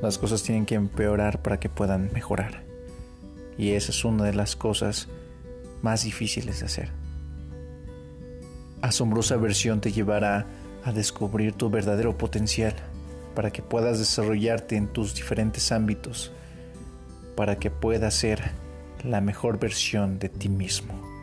Las cosas tienen que empeorar para que puedan mejorar. Y esa es una de las cosas más difíciles de hacer. Asombrosa versión te llevará a descubrir tu verdadero potencial para que puedas desarrollarte en tus diferentes ámbitos, para que puedas ser la mejor versión de ti mismo.